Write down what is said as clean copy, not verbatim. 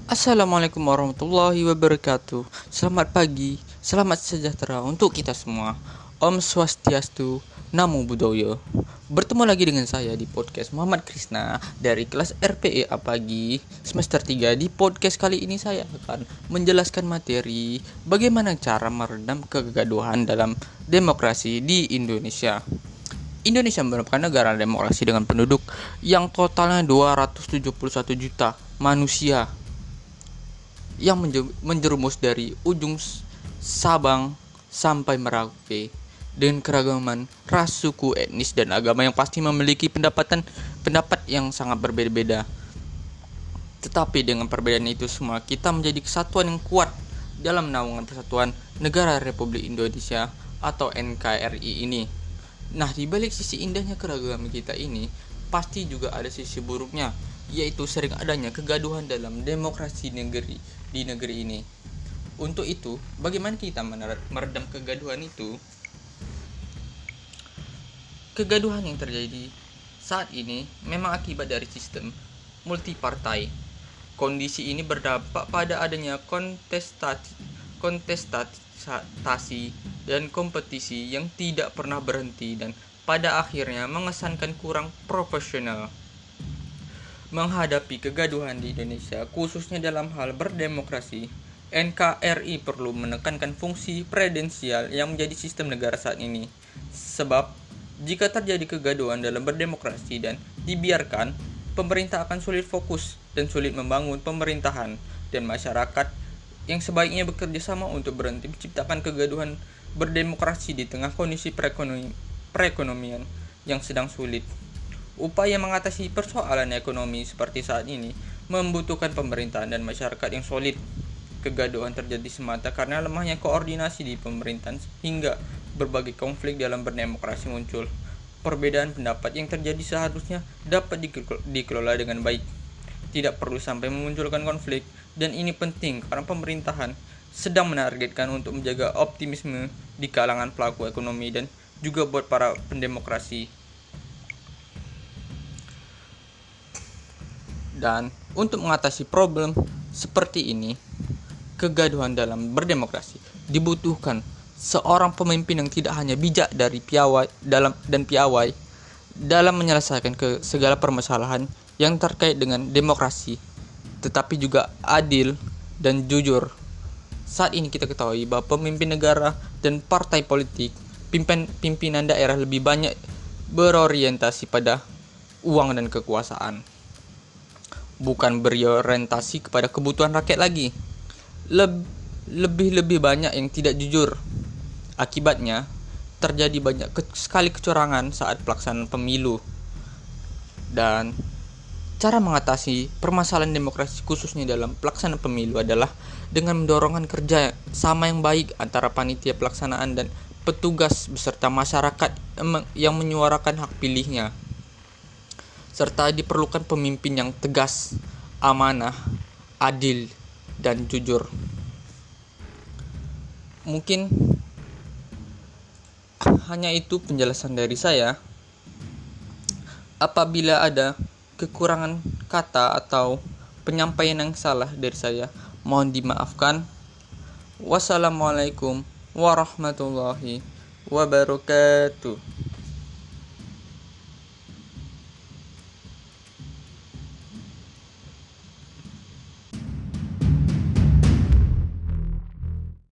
Assalamualaikum warahmatullahi wabarakatuh. Selamat pagi, selamat sejahtera untuk kita semua. Om Swastiastu, Namo Buddhaya. Bertemu lagi dengan saya di podcast Muhammad Krisna dari kelas RPA Pagi semester 3. Di podcast kali ini saya akan menjelaskan materi bagaimana cara meredam kegaduhan dalam demokrasi di Indonesia. Indonesia merupakan negara demokrasi dengan penduduk yang totalnya 271 juta manusia yang menjerumus dari ujung Sabang sampai Merauke dengan keragaman ras, suku, etnis, dan agama yang pasti memiliki pendapat yang sangat berbeda-beda. Tetapi dengan perbedaan itu semua, kita menjadi kesatuan yang kuat dalam naungan Persatuan Negara Republik Indonesia atau NKRI ini. Nah, di balik sisi indahnya keragaman kita ini, pasti juga ada sisi buruknya, yaitu sering adanya kegaduhan dalam demokrasi di negeri ini. Untuk itu, bagaimana kita meredam kegaduhan itu? Kegaduhan yang terjadi saat ini memang akibat dari sistem multipartai. Kondisi ini berdampak pada adanya kontestasi dan kompetisi yang tidak pernah berhenti dan pada akhirnya mengesankan kurang profesional. Menghadapi kegaduhan di Indonesia, khususnya dalam hal berdemokrasi, NKRI perlu menekankan fungsi prudensial yang menjadi sistem negara saat ini. Sebab, jika terjadi kegaduhan dalam berdemokrasi dan dibiarkan, pemerintah akan sulit fokus dan sulit membangun pemerintahan, dan masyarakat yang sebaiknya bekerja sama untuk berhenti menciptakan kegaduhan berdemokrasi di tengah kondisi perekonomian yang sedang sulit. Upaya mengatasi persoalan ekonomi seperti saat ini membutuhkan pemerintahan dan masyarakat yang solid. Kegaduhan terjadi semata karena lemahnya koordinasi di pemerintahan hingga berbagai konflik dalam berdemokrasi muncul. Perbedaan pendapat yang terjadi seharusnya dapat dikelola dengan baik. Tidak perlu sampai memunculkan konflik, dan ini penting karena pemerintahan sedang menargetkan untuk menjaga optimisme di kalangan pelaku ekonomi dan juga buat para pendemokrasi. Dan untuk mengatasi problem seperti ini, kegaduhan dalam berdemokrasi, dibutuhkan seorang pemimpin yang tidak hanya bijak dari piawai dalam menyelesaikan segala permasalahan yang terkait dengan demokrasi, tetapi juga adil dan jujur. Saat ini kita ketahui bahwa pemimpin negara dan partai politik, pimpinan daerah lebih banyak berorientasi pada uang dan kekuasaan, bukan berorientasi kepada kebutuhan rakyat lagi. Lebih banyak yang tidak jujur. Akibatnya, terjadi banyak sekali kecurangan saat pelaksanaan pemilu. Dan cara mengatasi permasalahan demokrasi khususnya dalam pelaksanaan pemilu adalah dengan mendorongkan kerja sama yang baik antara panitia pelaksanaan dan petugas beserta masyarakat yang menyuarakan hak pilihnya. Serta diperlukan pemimpin yang tegas, amanah, adil, dan jujur. Mungkin hanya itu penjelasan dari saya. Apabila ada kekurangan kata atau penyampaian yang salah dari saya, mohon dimaafkan. Wassalamualaikum warahmatullahi wabarakatuh.